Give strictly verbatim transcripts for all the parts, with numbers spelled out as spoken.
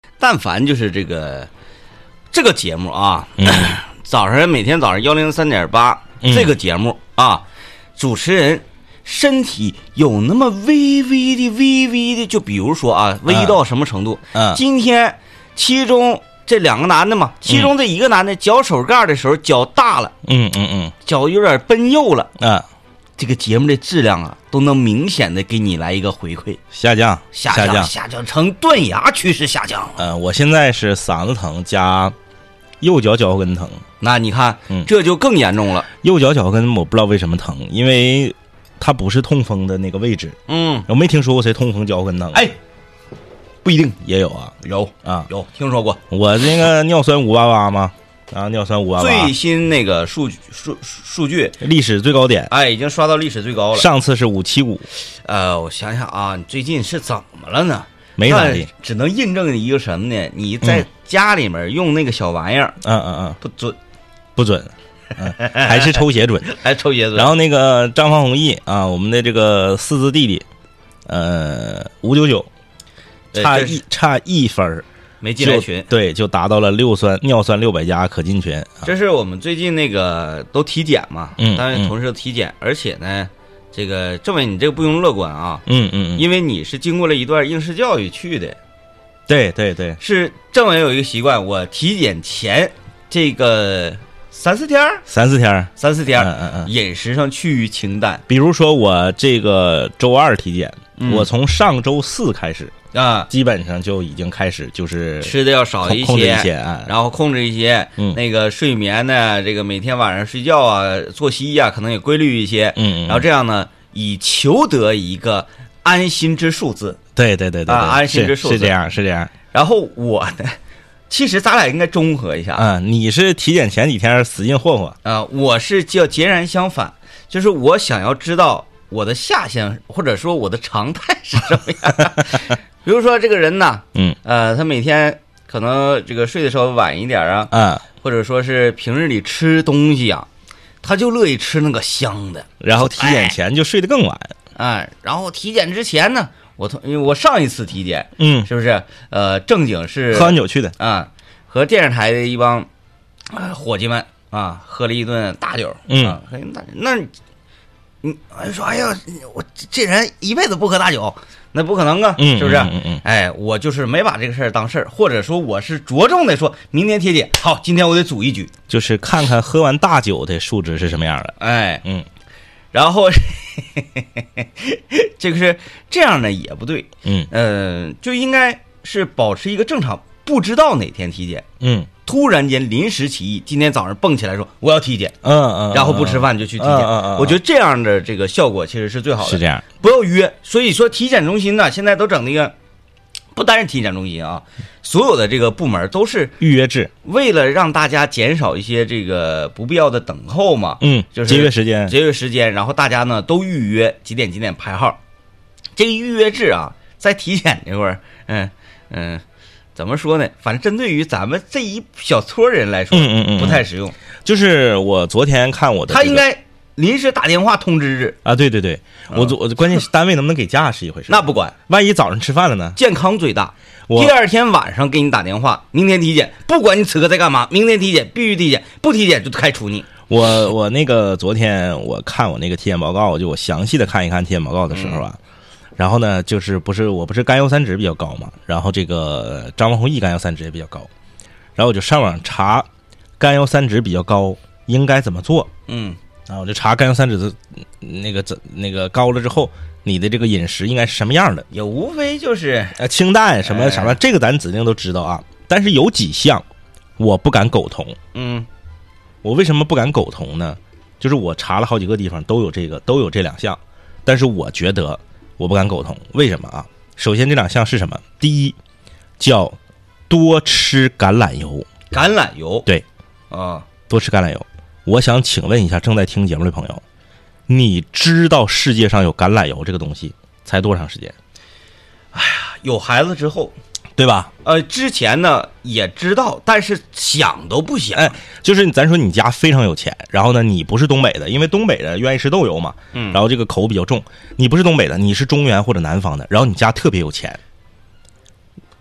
但凡就是这个这个节目啊， 嗯、 早上每天早上幺零三点八这个节目啊，主持人身体有那么微微的微微的，就比如说啊，微到什么程度？ 嗯， 今天其中这两个男的嘛，其中这一个男的脚手盖的时候脚大了， 嗯嗯嗯， 脚有点奔右了， 啊， 这个节目的质量啊，都能明显的给你来一个回馈， 下降， 下降， 下降， 下降成断崖趋势下降。 呃，我现在是嗓子疼加右脚脚后跟疼， 那你看， 嗯， 这就更严重了。 右脚脚后跟我不知道为什么疼，因为它不是痛风的那个位置。 嗯， 我没听说过谁痛风脚后跟疼。 哎，不一定也有啊， 有啊， 有听说过。 我那个尿酸五八八吗？啊，尿酸五八八。 最新那个数据数数据， 历史最高点， 哎，已经刷到历史最高了。 上次是五七五。 呃，我想想啊，你最近是怎么了呢？ 没咋地， 只能印证一个什么呢？你在家里面用那个小玩意儿， 嗯嗯嗯， 不准， 不准。嗯、还是抽血准， 还抽血准。 然后那个张方弘毅啊，我们的这个四字弟弟，呃，五九九，差一差一分没进来群， 对，就达到了六酸尿酸六百加可进群、啊。 这是我们最近那个都体检嘛， 嗯， 当然同时都体检，嗯、而且呢，这个政委你这个不用乐观啊， 嗯嗯， 因为你是经过了一段应试教育去的， 对对对， 是政委有一个习惯，我体检前这个。三四天， 三四天， 三四天， 嗯嗯嗯， 饮食上趋于清淡。 比如说我这个周二体检， 嗯、 我从上周四开始啊， 基本上就已经开始就是吃的要少一些， 控制一些，啊、 然后控制一些， 嗯， 那个睡眠呢，这个每天晚上睡觉啊，作息呀、啊，可能也规律一些， 嗯，嗯， 然后这样呢，以求得一个安心之数字。 对对对对， 啊，安心之数字是这样，是这样。 然后我呢？其实咱俩应该中和一下啊、嗯！你是体检前几天使劲霍霍啊、呃，我是叫截然相反，就是我想要知道我的下限或者说我的常态是什么样。比如说这个人呢， 嗯， 呃，他每天可能这个睡的时候晚一点啊， 啊、嗯， 或者说是平日里吃东西啊，他就乐意吃那个香的， 然后体检前就睡得更晚， 哎，哎然后体检之前呢。我因为我上一次体检， 嗯， 是不是？呃，正经是喝完酒去的啊，和电视台的一帮啊伙计们啊，喝了一顿大酒， 嗯， 啊、那那你说，哎呀，我这人一辈子不喝大酒，那不可能啊， 嗯、 是不是？ 嗯嗯嗯。 哎，我就是没把这个事儿当事儿，或者说我是着重的说，明天体检，好，今天我得组一局， 就是看看喝完大酒的数值是什么样的。 哎， 嗯。 然后这个是这样的也不对， 嗯， 呃，就应该是保持一个正常，不知道哪天体检， 嗯， 突然间临时起意，今天早上蹦起来说我要体检， 嗯嗯， 然后不吃饭就去体检， 嗯嗯， 我觉得这样的这个效果其实是最好的， 是这样， 不要约。所以说体检中心呢，现在都整那个，不单是体检中心啊，所有的这个部门都是预约制， 为了让大家减少一些这个不必要的等候嘛， 嗯， 就是节约时间， 节约时间，然后大家呢都预约几点几点排号。这个预约制啊，在体检这块儿，嗯嗯，怎么说呢？反正针对于咱们这一小撮人来说， 嗯嗯嗯， 不太实用。 就是我昨天看我的、这个， 他应该临时打电话通知制啊，对对对，我我关键是单位能不能给假是一回事， 那不管， 万一早上吃饭了呢？ 健康最大。第二天晚上给你打电话，明天体检，不管你此刻在干嘛，明天体检必须体检，不体检就开除你。 我我那个昨天我看我那个体检报告，就我详细的看一看体检报告的时候啊，嗯、然后呢就是不是我不是甘油三酯比较高嘛，然后这个张文宏毅甘油三酯也比较高，然后我就上网查甘油三酯比较高应该怎么做， 嗯， 然后我就查甘油三酯的那个怎那个高了之后。你的这个饮食应该是什么样的？ 也无非就是呃清淡什么什么，这个咱指定都知道啊。但是有几项我不敢苟同。 嗯， 我为什么不敢苟同呢？就是我查了好几个地方都有这个都有这两项，但是我觉得我不敢苟同。为什么啊？首先这两项是什么？第一叫多吃橄榄油。 橄榄油， 对啊， 多吃橄榄油。我想请问一下正在听节目的朋友。你知道世界上有橄榄油这个东西才多长时间？ 哎呀，有孩子之后， 对吧？ 呃，之前呢也知道，但是想都不想。 哎，就是咱说你家非常有钱，然后呢，你不是东北的，因为东北的愿意吃豆油嘛， 嗯， 然后这个口比较重。你不是东北的，你是中原或者南方的，然后你家特别有钱，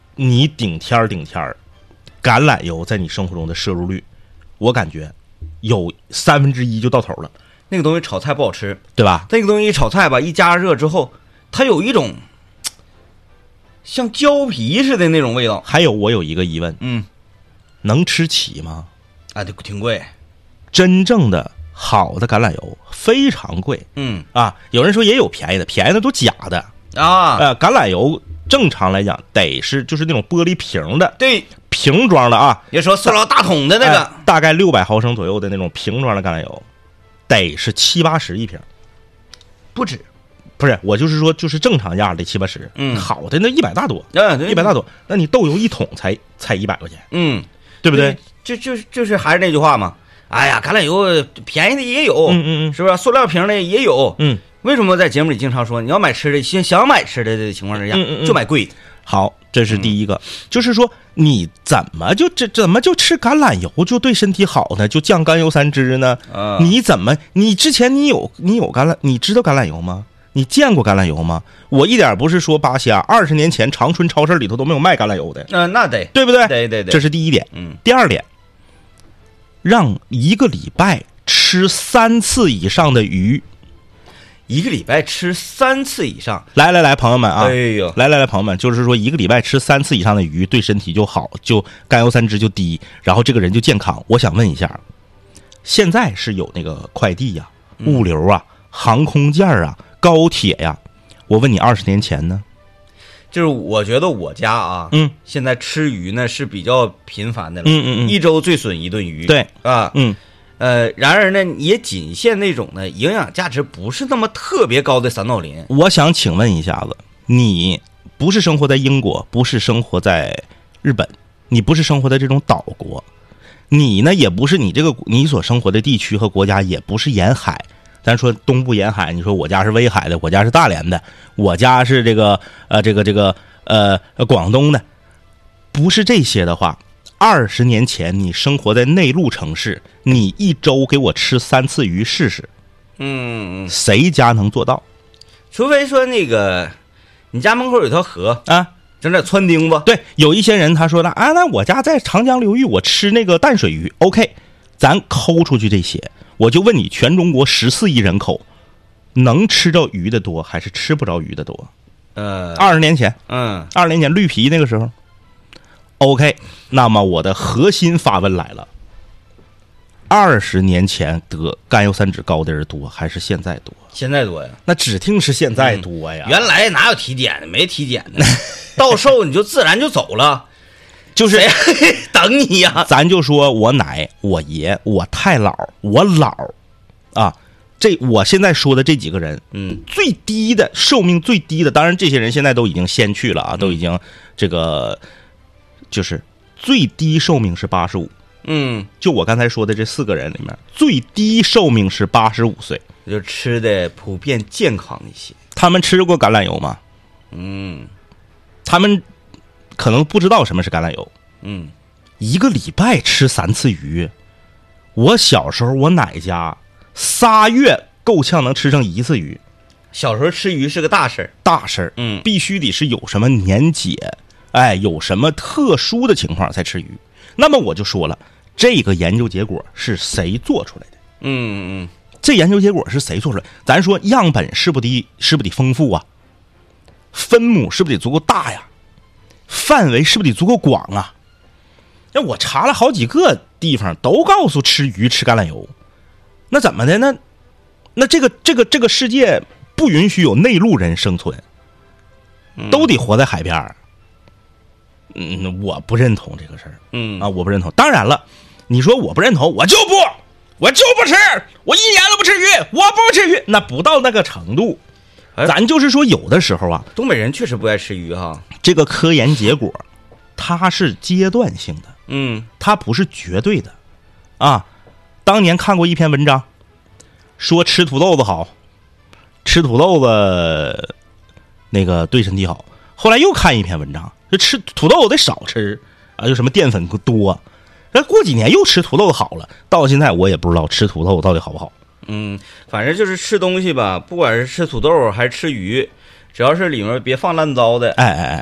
你顶天儿顶天儿，橄榄油在你生活中的摄入率，我感觉有三分之一就到头了。 那个东西炒菜不好吃， 对吧？ 那个东西炒菜吧，一加热之后，它有一种像胶皮似的那种味道。 还有，我有一个疑问， 嗯， 能吃起吗？ 啊，对，挺贵。 真正的好的橄榄油非常贵， 嗯啊，有人说也有便宜的，便宜的都假的啊。 呃，橄榄油正常来讲得是就是那种玻璃瓶的， 对， 瓶装的啊。 别说塑料大桶的那个， 哎、大概六百毫升左右的那种瓶装的橄榄油，得是七八十一瓶， 不止。 不是，我就是说，就是正常价得七八十， 嗯， 好的那一百大多， 嗯，对， 一百大多，那你豆油一桶才才一百块钱， 嗯， 对不对？ 就就就是还是那句话嘛，哎呀，橄榄油便宜的也有， 嗯嗯嗯， 是不是？塑料瓶的也有， 嗯， 为什么在节目里经常说，你要买吃的，先想买吃的的情况之下， 嗯嗯嗯就买贵的。 好，这是第一个，嗯、就是说你怎么就这怎么就吃橄榄油就对身体好呢？就降甘油三酯呢？ 啊、 你怎么你之前你有你有橄榄，你知道橄榄油吗？你见过橄榄油吗？我一点不是说扒瞎，二十年前长春超市里头都没有卖橄榄油的。 嗯、呃，那得， 对不对？ 对对对， 这是第一点。 嗯， 第二点，让一个礼拜吃三次以上的鱼。 一个礼拜吃三次以上， 来来来，朋友们啊， 哎呦， 来来来，朋友们，就是说一个礼拜吃三次以上的鱼，对身体就好，就甘油三酯就低，然后这个人就健康。我想问一下，现在是有那个快递呀、啊、物流啊、航空件啊、高铁呀，我问你，二十年前呢？ 就是我觉得我家啊， 嗯， 现在吃鱼呢是比较频繁的了， 嗯嗯嗯， 一周最损一顿鱼， 对啊， 嗯。 呃，然而呢，也仅限那种呢营养价值不是那么特别高的三道鳞。 我想请问一下子，你不是生活在英国，不是生活在日本，你不是生活在这种岛国，你呢也不是你这个你所生活的地区和国家也不是沿海。咱说东部沿海，你说我家是威海的，我家是大连的，我家是这个呃这个这个呃广东的，不是这些的话。二十年前，你生活在内陆城市，你一周给我吃三次鱼试试， 嗯， 谁家能做到？ 除非说那个你家门口有条河啊， 整点汆钉子。 对，有一些人他说了啊，那我家在长江流域，我吃那个淡水鱼 ，OK， 咱抠出去这些，我就问你，全中国十四亿人口，能吃着鱼的多还是吃不着鱼的多？ 呃， 二十年前， 嗯， 二十年前绿皮那个时候。OK， 那么我的核心发问来了：二十年前得甘油三酯高的人多，还是现在多？ 现在多呀？ 那指定是现在多呀。 嗯、原来哪有体检的？没体检的，到时候你就自然就走了， 就是等你呀。 咱就说我奶、我爷、我太姥、我姥啊，这我现在说的这几个人， 嗯， 最低的寿命最低的，当然这些人现在都已经先去了啊，都已经这个。就是最低寿命是八十五， 嗯， 就我刚才说的这四个人里面，最低寿命是八十五岁， 就吃的普遍健康一些。 他们吃过橄榄油吗？ 嗯， 他们可能不知道什么是橄榄油。 嗯， 一个礼拜吃三次鱼，我小时候我奶家仨月够呛能吃上一次鱼。 小时候吃鱼是个大事儿， 大事儿， 嗯， 必须得是有什么年节。哎，有什么特殊的情况才吃鱼？那么我就说了，这个研究结果是谁做出来的？ 嗯嗯， 这研究结果是谁做出来？咱说样本是不得是不得丰富啊，分母是不是得足够大呀？范围是不是得足够广啊？那我查了好几个地方，都告诉吃鱼吃橄榄油。那怎么的？那那这个这个这个世界不允许有内陆人生存，都得活在海边。嗯，我不认同这个事儿。 嗯啊，我不认同。当然了，你说我不认同，我就不，我就不吃，我一年都不吃鱼，我不吃鱼，那不到那个程度。咱就是说，有的时候啊， 东北人确实不爱吃鱼哈。 这个科研结果，它是阶段性的， 嗯， 它不是绝对的。啊，当年看过一篇文章，说吃土豆子好，吃土豆子那个对身体好。后来又看一篇文章。就吃土豆得少吃啊，就什么淀粉多。那过几年又吃土豆好了，到现在我也不知道吃土豆到底好不好。 嗯，反正就是吃东西吧，不管是吃土豆还是吃鱼，只要是里面别放烂糟的， 哎哎哎， 嗯，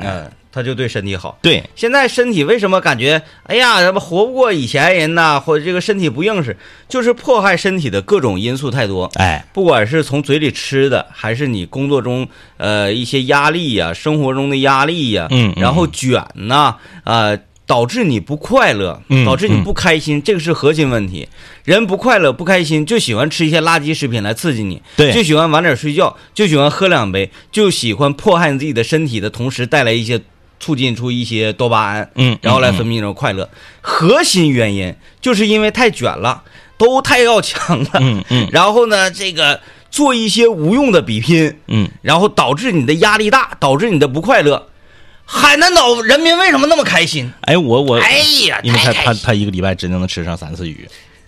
它就对身体好。 对， 现在身体为什么感觉哎呀，怎么活不过以前人呐，或者这个身体不硬实，就是迫害身体的各种因素太多。 哎， 不管是从嘴里吃的，还是你工作中呃一些压力呀、生活中的压力呀， 嗯， 然后卷呐，呃。导致你不快乐，导致你不开心，嗯嗯、这个是核心问题。人不快乐、不开心，就喜欢吃一些垃圾食品来刺激你， 对， 就喜欢晚点睡觉，就喜欢喝两杯，就喜欢迫害你自己的身体的同时，带来一些促进出一些多巴胺， 嗯， 然后来分泌一种快乐。嗯、核心原因就是因为太卷了，都太要强了， 嗯嗯， 然后呢，这个做一些无用的比拼， 嗯， 然后导致你的压力大，导致你的不快乐。海南岛人民为什么那么开心？ 哎，我我， 哎呀， 因为他他他一个礼拜只能吃上三次鱼，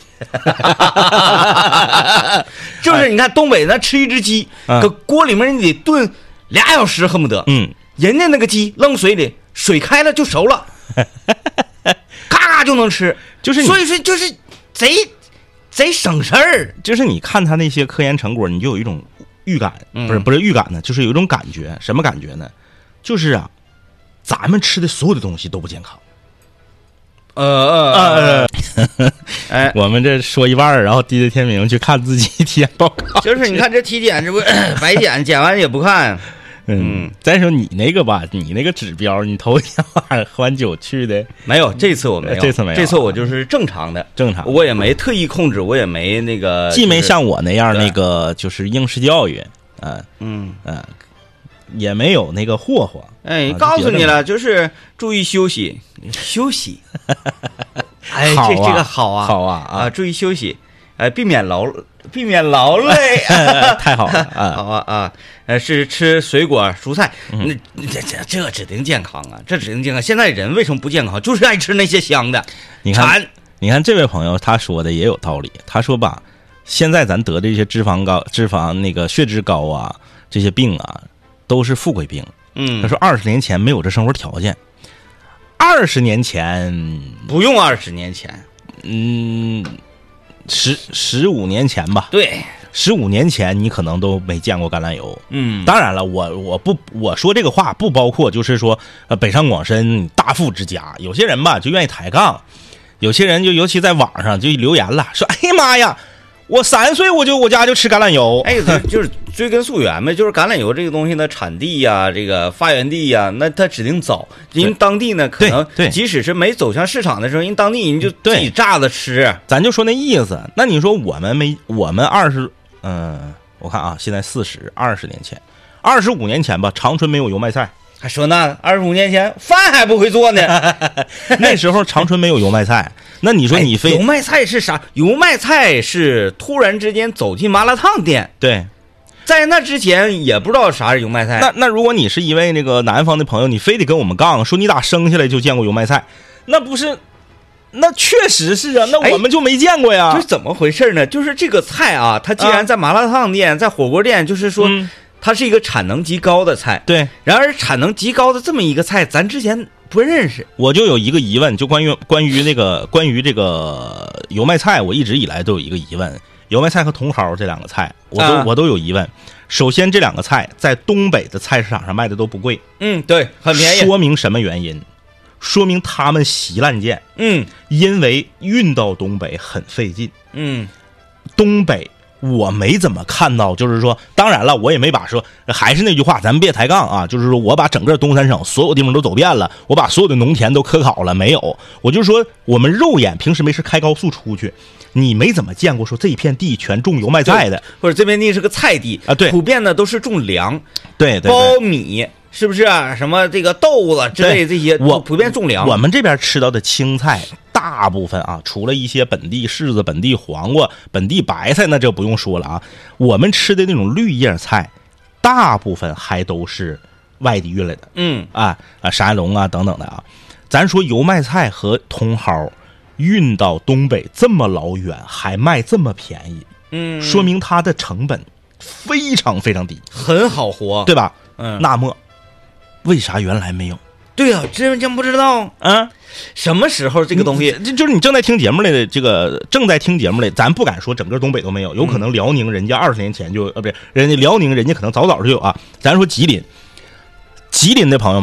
就是你看东北那吃一只鸡，搁锅里面你得炖俩小时，恨不得， 嗯， 人家那个鸡扔水里，水开了就熟了，咔咔就能吃， 就是所以说就是贼贼省事儿。 就是你看他那些科研成果，你就有一种预感，不是不是预感呢，就是有一种感觉，什么感觉呢？就是啊。咱们吃的所有的东西都不健康， 呃呃呃，哎，我们这说一半，然后低着天明去看自己体检报告， 就是你看这体检，这不白检，检完也不看， 嗯。再说你那个吧，你那个指标，你头天晚上喝完酒去的没有？这次我没有， 这次没有， 这次我就是正常的， 正常， 我也没特意控制，我也没那个， 既没像我那样那个就是应试教育，嗯嗯嗯。也没有那个霍霍， 哎，告诉你了，就是注意休息，休息。哎， 这这个好啊， 好啊啊，注意休息，哎，避免劳，避免劳累， 太好了啊， 好啊啊，呃，是吃水果蔬菜，那这这这指定健康啊，这指定健康。现在人为什么不健康？就是爱吃那些香的。 你看，你看这位朋友他说的也有道理，他说吧，现在咱得的这些脂肪高、脂肪那个血脂高啊，这些病啊。都是富贵病， 嗯， 他说二十年前没有这生活条件，二十年前不用二十年前， 嗯，十十五年前吧， 对， 十五年前你可能都没见过橄榄油， 嗯， 当然了，我我不我说这个话不包括就是说呃北上广深大富之家，有些人吧就愿意抬杠，有些人就尤其在网上就留言了，说哎呀妈呀。我三岁我就我家就吃橄榄油， 哎，就是追根溯源呗，就是橄榄油这个东西呢，产地呀、啊，这个发源地呀、啊，那它指定早，人当地呢可能即使是没走向市场的时候，人当地人就自己榨着吃， 咱就说那意思。那你说我们没我们二十，嗯，我看啊，现在四十二十年前，二十五年前吧，长春没有油麦菜。 还说那二十五年前饭还不会做呢， 那时候长春没有油麦菜，那你说你非、 哎、油麦菜是啥？油麦菜是突然之间走进麻辣烫店， 对， 在那之前也不知道啥是油麦菜。 那那如果你是一位那个南方的朋友，你非得跟我们杠，说你咋生下来就见过油麦菜，那不是？那确实是啊，那我们就没见过呀。 哎、就是怎么回事呢？就是这个菜啊，它既然在麻辣烫店、啊、在火锅店，就是说。嗯它是一个产能极高的菜， 对。 然而产能极高的这么一个菜，咱之前不认识。 我就有一个疑问，就关于关于那个关于这个油麦菜，我一直以来都有一个疑问：油麦菜和茼蒿这两个菜，我都、啊、我都有疑问。首先，这两个菜在东北的菜市场上卖的都不贵， 嗯，对，很便宜。 说明什么原因？说明他们稀烂贱， 嗯， 因为运到东北很费劲， 嗯， 东北。我没怎么看到，就是说，当然了，我也没把说，还是那句话，咱们别抬杠啊，就是说我把整个东三省所有地方都走遍了，我把所有的农田都科考了，没有，我就说我们肉眼平时没事开高速出去，你没怎么见过说这一片地全种油麦菜的， 或者这片地是个菜地啊，对， 普遍的都是种粮， 对对， 苞米。是不是啊？什么这个豆子之类这些， 我普遍种粮。 我们这边吃到的青菜，大部分啊，除了一些本地柿子、本地黄瓜、本地白菜，那这不用说了啊。我们吃的那种绿叶菜，大部分还都是外地运来的。 嗯啊啊，山海龙啊等等的啊。咱说油麦菜和茼蒿运到东北这么老远，还卖这么便宜， 嗯， 说明它的成本非常非常低， 很好活， 对吧？ 嗯， 那么。为啥原来没有？ 对啊，真真不知道啊！什么时候这个东西？ 就就是你正在听节目的这个正在听节目的，咱不敢说整个东北都没有，有可能辽宁人家二十年前就呃不是，人家辽宁人家可能早早就有啊。咱说吉林，吉林的朋友们，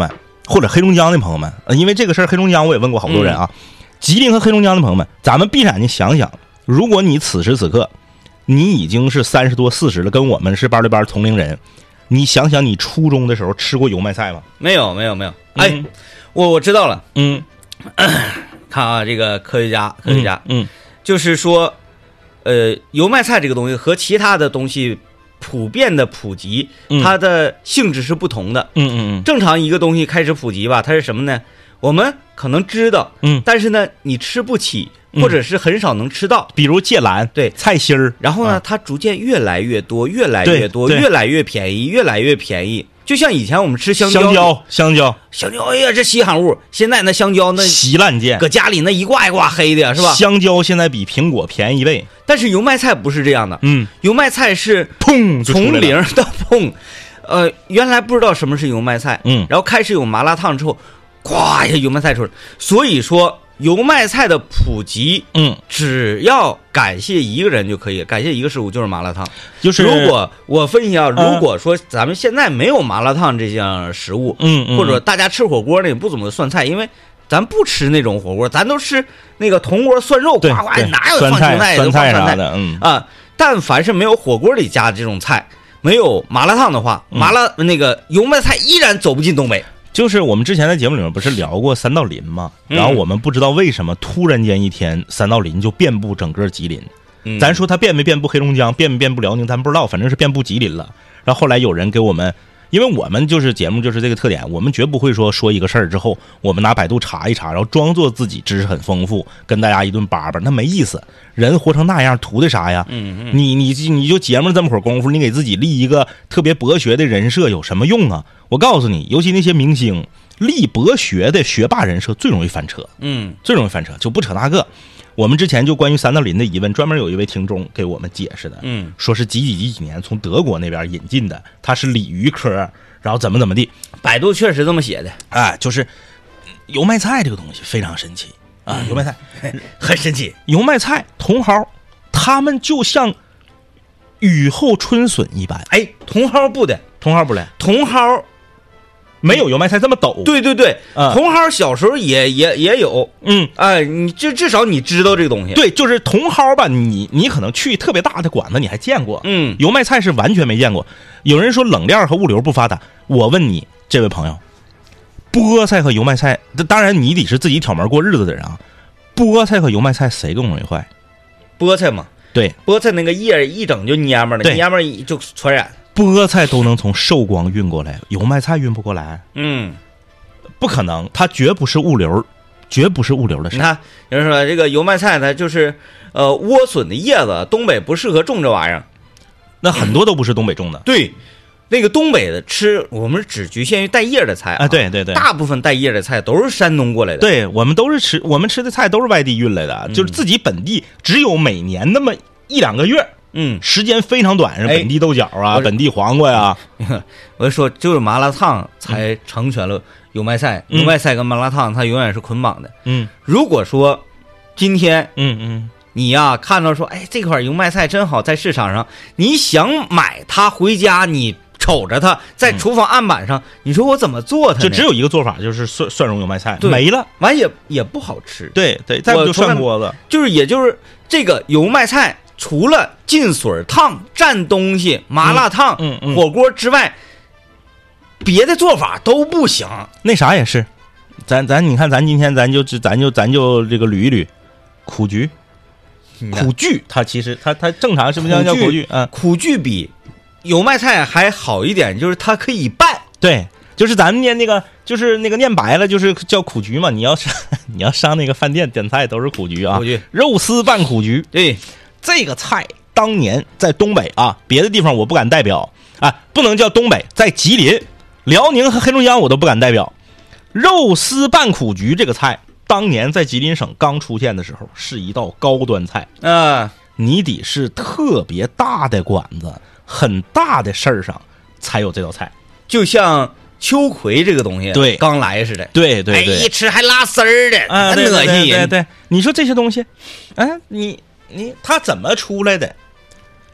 或者黑龙江的朋友们，呃，因为这个事儿黑龙江我也问过好多人啊，嗯、吉林和黑龙江的朋友们，咱们闭上眼睛想想，如果你此时此刻你已经是三十多四十了，跟我们是班对班同龄人，你想想你初中的时候吃过油麦菜吗？ 没有没有没有，哎，嗯、我我知道了， 嗯， 看啊，这个科学家科学家， 嗯，嗯就是说，呃，油麦菜这个东西和其他的东西普遍的普及， 嗯、 它的性质是不同的。 嗯嗯嗯， 正常一个东西开始普及吧，它是什么呢？我们可能知道， 嗯， 但是呢，你吃不起。或者是很少能吃到， 比如芥兰， 对， 菜心儿， 然后呢，啊、它逐渐越来越多，越来越多，越来越便宜，越来越便宜。就像以前我们吃香蕉， 香蕉，香蕉， 香蕉，哎呀，这稀罕物。现在那香蕉那稀烂见， 搁家里那一挂一挂黑的，是吧？ 香蕉现在比苹果便宜一倍， 但是油麦菜不是这样的， 嗯， 油麦菜是砰从零到砰，呃，原来不知道什么是油麦菜， 嗯， 然后开始有麻辣烫之后，咵一下油麦菜出来，所以说。油麦菜的普及， 嗯， 只要感谢一个人就可以，感谢一个事物就是麻辣烫。 就是如果我分析啊，如果说咱们现在没有麻辣烫这项食物， 嗯嗯， 或者大家吃火锅呢也不怎么涮菜，因为咱不吃那种火锅，咱都吃那个铜锅涮肉，呱呱哪有放青菜酸菜啥的，嗯啊，但凡是没有火锅里加的这种菜，没有麻辣烫的话，麻辣、嗯、那个油麦菜依然走不进东北。 就是我们之前在节目里面不是聊过三道鳞吗？然后我们不知道为什么突然间一天三道鳞就遍布整个吉林。 嗯、 咱说它遍没遍布黑龙江，遍没遍布辽宁，咱不知道，反正是遍布吉林了。然后后来有人给我们，因为我们就是节目就是这个特点，我们绝不会说说一个事儿之后，我们拿百度查一查，然后装作自己知识很丰富，跟大家一顿叭叭，那没意思。人活成那样，图的啥呀？ 嗯嗯， 你你你就节目这么会儿功夫，你给自己立一个特别博学的人设有什么用啊？我告诉你，尤其那些明星立博学的学霸人设最容易翻车， 嗯， 最容易翻车，就不扯那个。我们之前就关于三道鳞的疑问，专门有一位听众给我们解释的， 嗯， 说是几几几几年从德国那边引进的，它是鲤鱼科，然后怎么怎么地。 百度确实这么写的， 哎，就是油麦菜这个东西非常神奇啊，油麦菜很神奇。 油麦菜、茼蒿，它们就像雨后春笋一般。 哎，茼蒿不的， 茼蒿不来， 茼蒿。 没有油麦菜这么陡。 对对对， 嗯、 茼蒿小时候也也也有， 嗯， 哎，你至至少你知道这个东西。 对，就是茼蒿吧，你你可能去特别大的馆子你还见过， 嗯， 油麦菜是完全没见过。有人说冷链和物流不发达，我问你这位朋友，菠菜和油麦菜，当然你得是自己挑门过日子的人啊，菠菜和油麦菜谁更容易坏？ 菠菜嘛， 对， 菠菜那个叶一整就蔫巴了，蔫巴就传染。 菠菜都能从寿光运过来，油麦菜运不过来， 嗯， 不可能，它绝不是物流，绝不是物流的事。 你看，有人说这个油麦菜它就是呃莴笋的叶子，东北不适合种这玩意儿， 那很多都不是东北种的。 对，那个东北的吃，我们只局限于带叶的菜啊， 对对对， 大部分带叶的菜都是山东过来的。 对，我们都是吃，我们吃的菜都是外地运来的，嗯、就是自己本地只有每年那么一两个月。 嗯， 时间非常短，是本地豆角啊， 哎、 本地黄瓜呀、 啊。我就说，就是麻辣烫才成全了油麦菜， 嗯、 油麦菜跟麻辣烫它永远是捆绑的。 嗯， 如果说今天， 嗯嗯， 你呀看到说，哎，这块油麦菜真好，在市场上，你想买它回家，你瞅着它在厨房案板上，嗯、你说我怎么做它？ 就只有一个做法，就是蒜蒜蓉油麦菜没了， 完也也不好吃。 对对，再不就涮锅子， 就是也就是这个油麦菜。除了进水烫、蘸东西、麻辣烫、 嗯嗯嗯、 火锅之外，别的做法都不行。 那啥也是，咱咱你看，咱今天咱就咱就咱就这个捋一捋，苦菊，苦苣，它其实它它正常是不是叫苦苣？嗯， 苦苣比油麦菜还好一点，就是它可以拌。 对，就是咱们念那个，就是那个念白了，就是叫苦菊嘛。你要上你要上那个饭店点菜都是苦菊啊， 苦菊肉丝拌苦菊， 对。 这个菜当年在东北啊，别的地方我不敢代表啊，不能叫东北，在吉林、辽宁和黑龙江我都不敢代表。肉丝拌苦菊这个菜，当年在吉林省刚出现的时候，是一道高端菜啊， 你得是特别大的馆子、很大的事儿上才有这道菜， 就像秋葵这个东西， 对， 刚来似的， 对对对， 哎，一吃还拉丝儿的， 啊， 恶心人。 对对对，你说这些东西，哎，你。你它怎么出来的？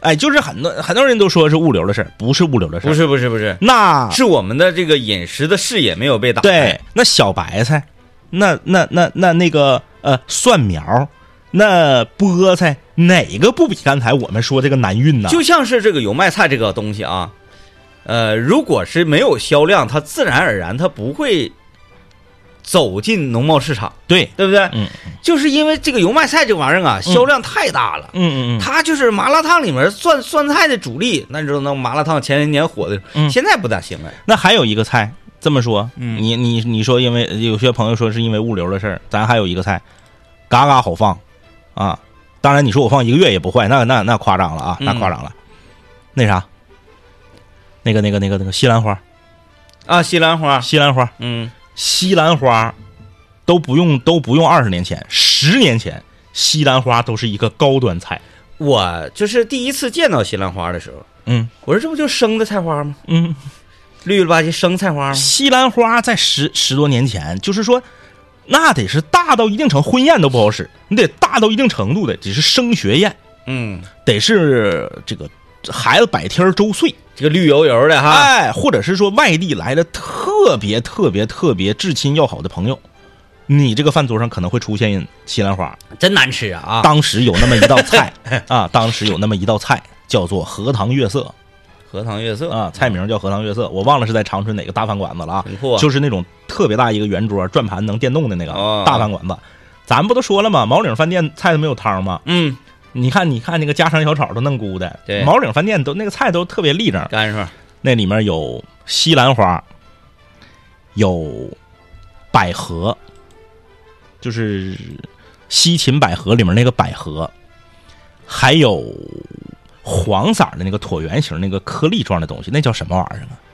哎，就是很多很多人都说是物流的事儿，不是物流的事儿， 不是不是不是， 那是我们的这个饮食的视野没有被打开。 对，那小白菜，那那那那那个呃蒜苗，那菠菜，哪个不比刚才我们说这个难运呢？ 就像是这个油麦菜这个东西啊，呃，如果是没有销量，它自然而然它不会走进农贸市场， 对对不对？ 嗯， 就是因为这个油麦菜这玩意儿啊，销量太大了。 嗯嗯嗯， 它就是麻辣烫里面蒜蒜菜的主力。那你知道那麻辣烫前些年火的， 嗯、 现在不大行了。 那还有一个菜，这么说， 嗯、 你你你说，因为有些朋友说是因为物流的事儿，咱还有一个菜，嘎嘎好放啊。当然，你说我放一个月也不坏，那那那夸张了啊，那夸张了。嗯、那啥，那个那个那个那个西兰花啊，西兰花， 西兰花， 嗯。 西兰花都不用都不用二十年前，十年前西兰花都是一个高端菜。 我就是第一次见到西兰花的时候， 嗯， 我说这不就生的菜花吗？ 嗯， 绿了吧唧生菜花吗？ 西兰花在十十多年前，就是说那得是大到一定程度，婚宴都不好使，你得大到一定程度的，只是升学宴， 嗯， 得是这个孩子百天周岁。 这个绿油油的哈， 哎，或者是说外地来的特别特别特别至亲要好的朋友，你这个饭桌上可能会出现西兰花， 真难吃啊！ 当时有那么一道菜啊，当时有那么一道菜叫做荷塘月色， 荷塘月色啊，菜名叫荷塘月色，我忘了是在长春哪个大饭馆子了啊， 很酷啊， 就是那种特别大一个圆桌，转盘能电动的那个大饭馆子。 哦、 咱不都说了吗？毛岭饭店菜都没有汤吗？ 嗯。 你看，你看那个家常小炒都嫩咕的， 对， 毛岭饭店都那个菜都特别立正， 干是吧？ 那里面有西兰花，有百合，就是西芹百合里面那个百合，还有黄色的那个椭圆形那个颗粒状的东西，那叫什么玩意儿啊？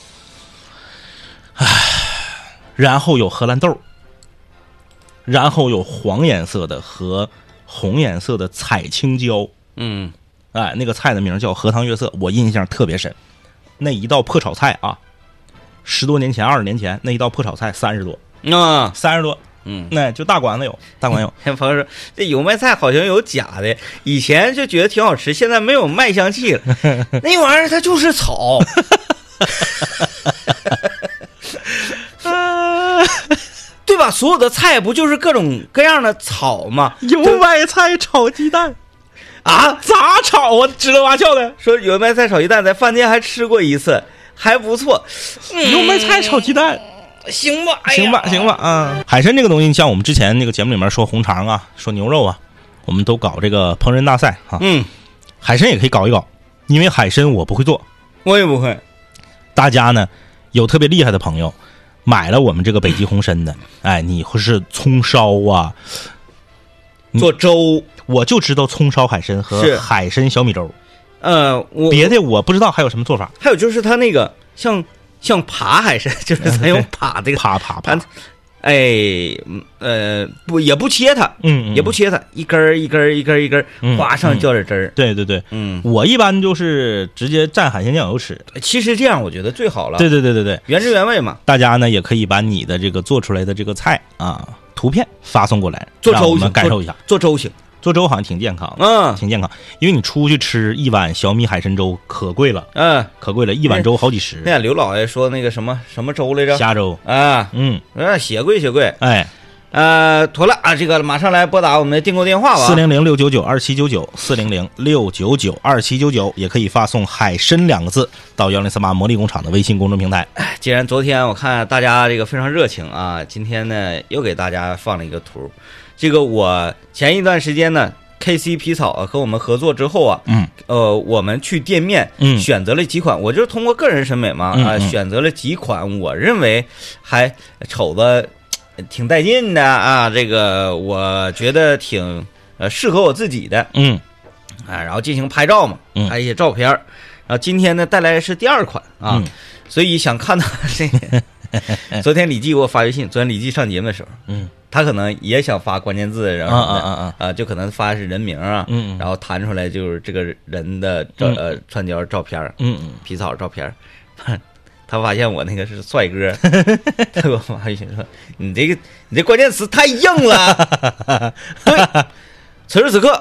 唉，然后有荷兰豆，然后有黄颜色的和红颜色的彩青椒， 嗯， 哎，那个菜的名叫荷塘月色，我印象特别深。那一道破炒菜啊，十多年前、二十年前那一道破炒菜三十多， 啊， 三十多， 嗯， 那就大馆子有，大馆有。 有朋友说这油麦菜好像有假的，以前就觉得挺好吃，现在没有麦香气了。那玩意儿它就是草。对吧？所有的菜不就是各种各样的草吗？ 油麦菜炒鸡蛋啊？ 咋炒啊？支棱蛙叫的。 说油麦菜炒鸡蛋在饭店还吃过一次，还不错。 嗯、油麦菜炒鸡蛋， 行吧？哎、 行吧，行吧啊！海参这个东西，像我们之前那个节目里面说红肠啊，说牛肉啊，我们都搞这个烹饪大赛啊。 嗯， 海参也可以搞一搞，因为海参我不会做， 我也不会。 大家呢有特别厉害的朋友。买了我们这个北极红参的，哎，你或是葱烧啊， 做粥， 我就知道葱烧海参和海参小米粥， 呃，我别的我不知道还有什么做法。 还有就是它那个像像扒海参，就是咱用扒这个扒扒扒， 哎，呃，不也不切它， 嗯，嗯也不切它，一根儿一根儿一根儿一根儿，哗上浇点汁儿、 嗯。对对对， 嗯， 我一般就是直接蘸海鲜酱油吃。 其实这样我觉得最好了。 对对对对对， 原汁原味嘛。 大家呢也可以把你的这个做出来的这个菜啊图片发送过来， 做粥让我们感受一下。 做粥行。 做粥好像挺健康， 嗯， 挺健康，因为你出去吃一碗小米海参粥可贵了， 嗯， 可贵了，一碗粥好几十。 那俩刘老爷说那个什么什么粥来着？ 虾粥啊， 嗯， 啊，血贵血贵， 哎， 呃，妥了啊，这个马上来拨打我们的订购电话吧， 四零零六九九二七九九，四零零六九九二七九九，也可以发送海参两个字到幺零三八魔力工厂的微信公众平台。 既然昨天我看大家这个非常热情啊，今天呢又给大家放了一个图，这个我前一段时间呢。K C 皮草啊和我们合作之后啊， 嗯， 呃，我们去店面， 嗯， 选择了几款，我就是通过个人审美嘛，啊、 嗯呃，选择了几款我认为还瞅着挺带劲的啊，这个我觉得挺呃适合我自己的， 嗯， 啊，然后进行拍照嘛， 嗯， 拍一些照片，然后今天呢带来的是第二款啊， 嗯、 所以想看到这个，昨天李记给我发微信，昨天李记上节目的时候， 嗯。 他可能也想发关键字，然后啊啊啊啊，就可能发的是人名啊， 嗯， 然后弹出来就是这个人的照呃串焦照片， 嗯嗯， 皮草照片，他发现我那个是帅哥，他给我发微信说：“你这个你这关键词太硬了。”对，此时此刻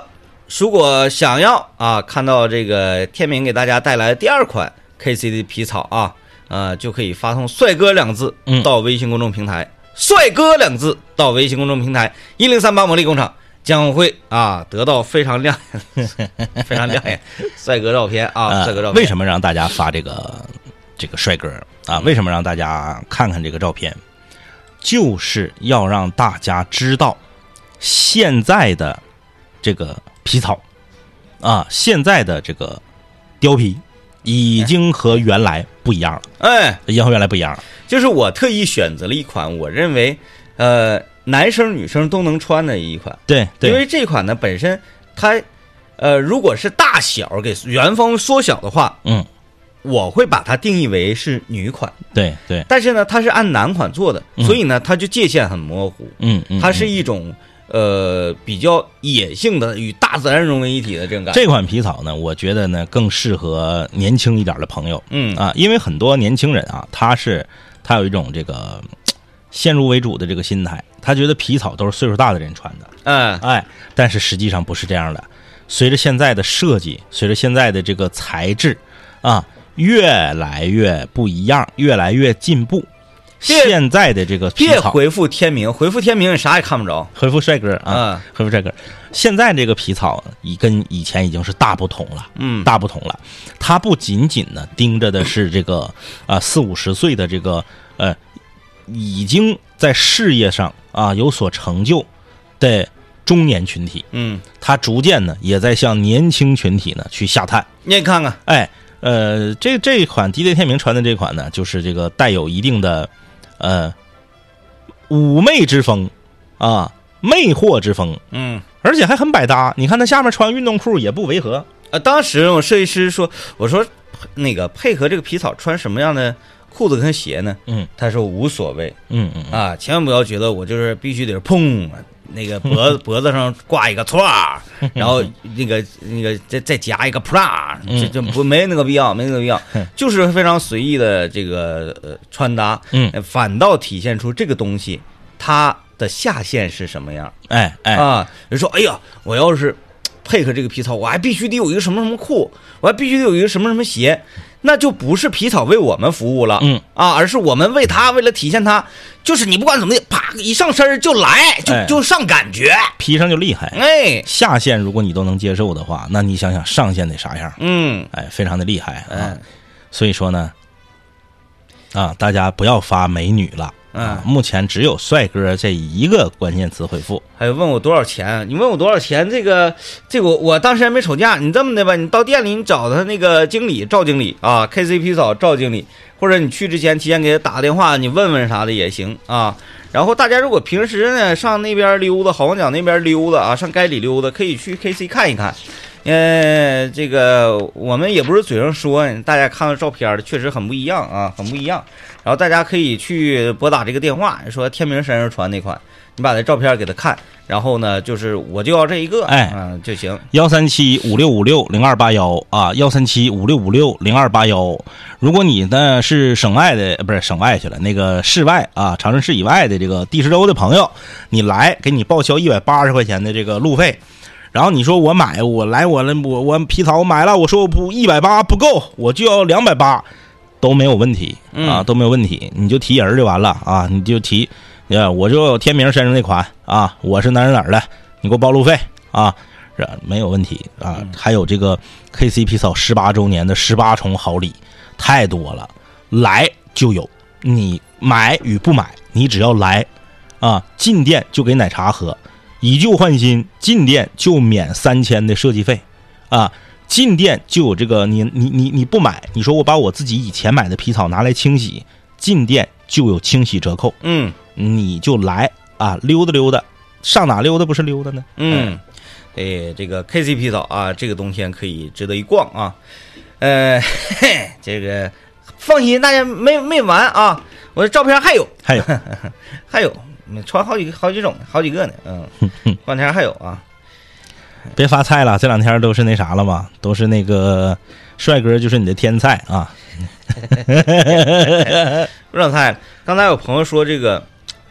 如果想要啊看到这个天明给大家带来的第二款 K C 的皮草啊，呃，就可以发送“帅哥”两个字到微信公众平台，嗯、帅哥两个字到微信公众平台一零三八魔力工厂，将会啊得到非常亮眼、非常亮眼帅哥照片啊， 呃、 帅哥照片。 为什么让大家发这个这个帅哥啊？为什么让大家看看这个照片？就是要让大家知道现在的这个皮草啊，现在的这个貂皮已经和原来不一样了。 哎， 已经和原来不一样了。 就是我特意选择了一款我认为呃男生女生都能穿的一款。 对，对， 因为这款呢本身它呃如果是大小给原封缩小的话， 嗯， 我会把它定义为是女款。 对对， 但是呢它是按男款做的， 嗯、 所以呢它就界限很模糊。 嗯嗯， 它是一种呃比较野性的与大自然融为一体的这种感觉。 这款皮草呢，我觉得呢更适合年轻一点的朋友。 嗯啊，因为很多年轻人啊，他是他有一种这个先入为主的这个心态，他觉得皮草都是岁数大的人穿的。 嗯， 哎，但是实际上不是这样的。随着现在的设计，随着现在的这个材质啊，越来越不一样，越来越进步。现在的这个皮草， 别回复天明，回复天明你啥也看不着。 回复帅哥啊， 嗯、 回复帅哥。现在这个皮草已跟以前已经是大不同了， 嗯， 大不同了。它不仅仅呢盯着的是这个啊四五十岁的这个呃已经在事业上啊有所成就的中年群体， 嗯， 它逐渐呢也在向年轻群体呢去下探。 你看看， 哎，呃，这这款迪迪天明传的这款呢，就是这个带有一定的。呃，妩媚之风啊，魅惑之风， 嗯， 而且还很百搭。你看他下面穿运动裤也不违和。 呃，当时我设计师说，我说那个配合这个皮草穿什么样的裤子跟鞋呢？ 嗯， 他说无所谓。 嗯嗯啊，千万不要觉得我就是必须得砰，那个脖子脖子上挂一个歘，然后那个那个再再夹一个 pra， 这这不没那个必要，没那个必要，就是非常随意的这个呃穿搭， 嗯， 反倒体现出这个东西它的下限是什么样。 哎哎啊，人说哎呀，我要是配合这个皮草，我还必须得有一个什么什么裤，我还必须得有一个什么什么鞋。那就不是皮草为我们服务了， 嗯啊，而是我们为他，为了体现他，就是你不管怎么的，啪一上身就来，就、 哎、 就上感觉， 披上就厉害。 哎， 下线如果你都能接受的话，那你想想上线得啥样？ 嗯， 哎，非常的厉害啊。 哎、 所以说呢，啊，大家不要发美女了。啊，目前只有帅哥这一个关键词回复。 还有问我多少钱？你问我多少钱？这个，这个我我当时还没吵架。你这么的吧，你到店里你找他那个经理赵经理啊 ，K C 皮草赵经理，或者你去之前提前给他打个电话，你问问啥的也行啊。然后大家如果平时呢上那边溜达，好望角那边溜达啊，上街里溜达，可以去 K C 看一看。呃，这个我们也不是嘴上说，大家看到照片的确实很不一样啊，很不一样。然后大家可以去拨打这个电话，说天明身上传那款，你把这照片给他看，然后呢，就是我就要这一个， 哎， 嗯就行。 幺三七五六五六零二八幺啊，幺三七五六五六零二八幺。如果你呢是省外的，不是省外去了，那个市外啊，长春市以外的这个地市州的朋友，你来给你报销一百八十块钱的这个路费。然后你说我买我来我了我我皮草我买了，我说我不一百八不够，我就要两百八，都没有问题啊，都没有问题，你就提人就完了啊，你就提，呃，我就天明身上那款啊，我是哪儿哪儿的，你给我报路费啊，没有问题啊。还有这个 K C 皮草十八周年的十八重好礼太多了，来就有，你买与不买，你只要来啊，进店就给奶茶喝。以旧换新，进店就免三千的设计费，啊，进店就有这个你你你你不买，你说我把我自己以前买的皮草拿来清洗，进店就有清洗折扣， 嗯， 你就来啊溜达溜达，上哪溜达不是溜达呢？ 嗯，哎，这个 K C 皮草啊，这个冬天可以值得一逛啊，呃，嘿这个放心，大家没没完啊，我的照片还有， 还有还有。穿好几好几种，好几个呢，嗯，过两天还有啊。 别发菜了，这两天都是那啥了嘛，都是那个帅哥就是你的天菜啊。 不让菜了。刚才有朋友说这个，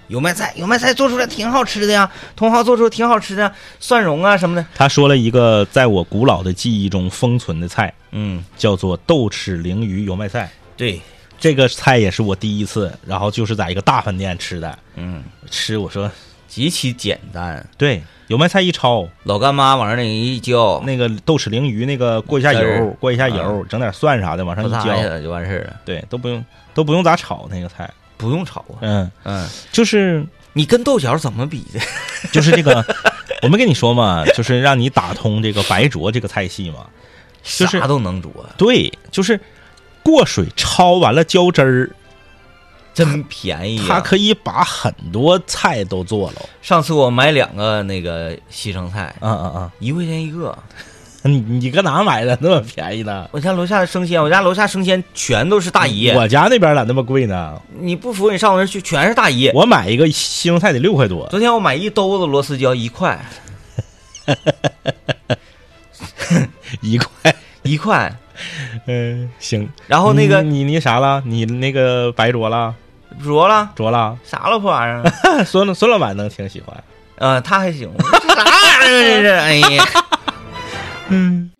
油麦菜，油麦菜做出来挺好吃的呀，茼蒿做出挺好吃的，蒜蓉啊什么的。 他说了一个在我古老的记忆中封存的菜， 嗯， 叫做豆豉鲮鱼油麦菜。 对， 这个菜也是我第一次，然后就是在一个大饭店吃的。 嗯， 吃我说极其简单， 对，油麦菜一焯， 老干妈往那一浇， 那个豆豉鲮鱼那个过一下油，过一下油，整点蒜啥的往上一浇就完事儿了。 对，都不用都不用咋炒那个菜， 不用炒啊。 嗯嗯， 就是你跟豆角怎么比的？ 就是这个，我没跟你说嘛，就是让你打通这个白灼这个菜系嘛，就是啥都能煮啊。 对，就是过水焯完了浇汁儿。 真便宜、啊， 它可以把很多菜都做了。 上次我买两个那个西生菜， 啊啊啊， 一块钱一个。 你你搁哪买的那么便宜呢？ 我家楼下的生鲜，我家楼下生鲜全都是大姨。 我家那边咋那么贵呢？ 你不服你上我那去，全是大姨。 我买一个西生菜得六块多。 昨天我买一兜子螺丝椒一块， 一块一块。 嗯，行。 然后那个你你啥了？你那个白灼了？ 灼了， 灼了， 啥了破玩意儿？ 孙孙老板能挺喜欢。 呃，他还行。啥玩意儿这是？哎呀， 嗯。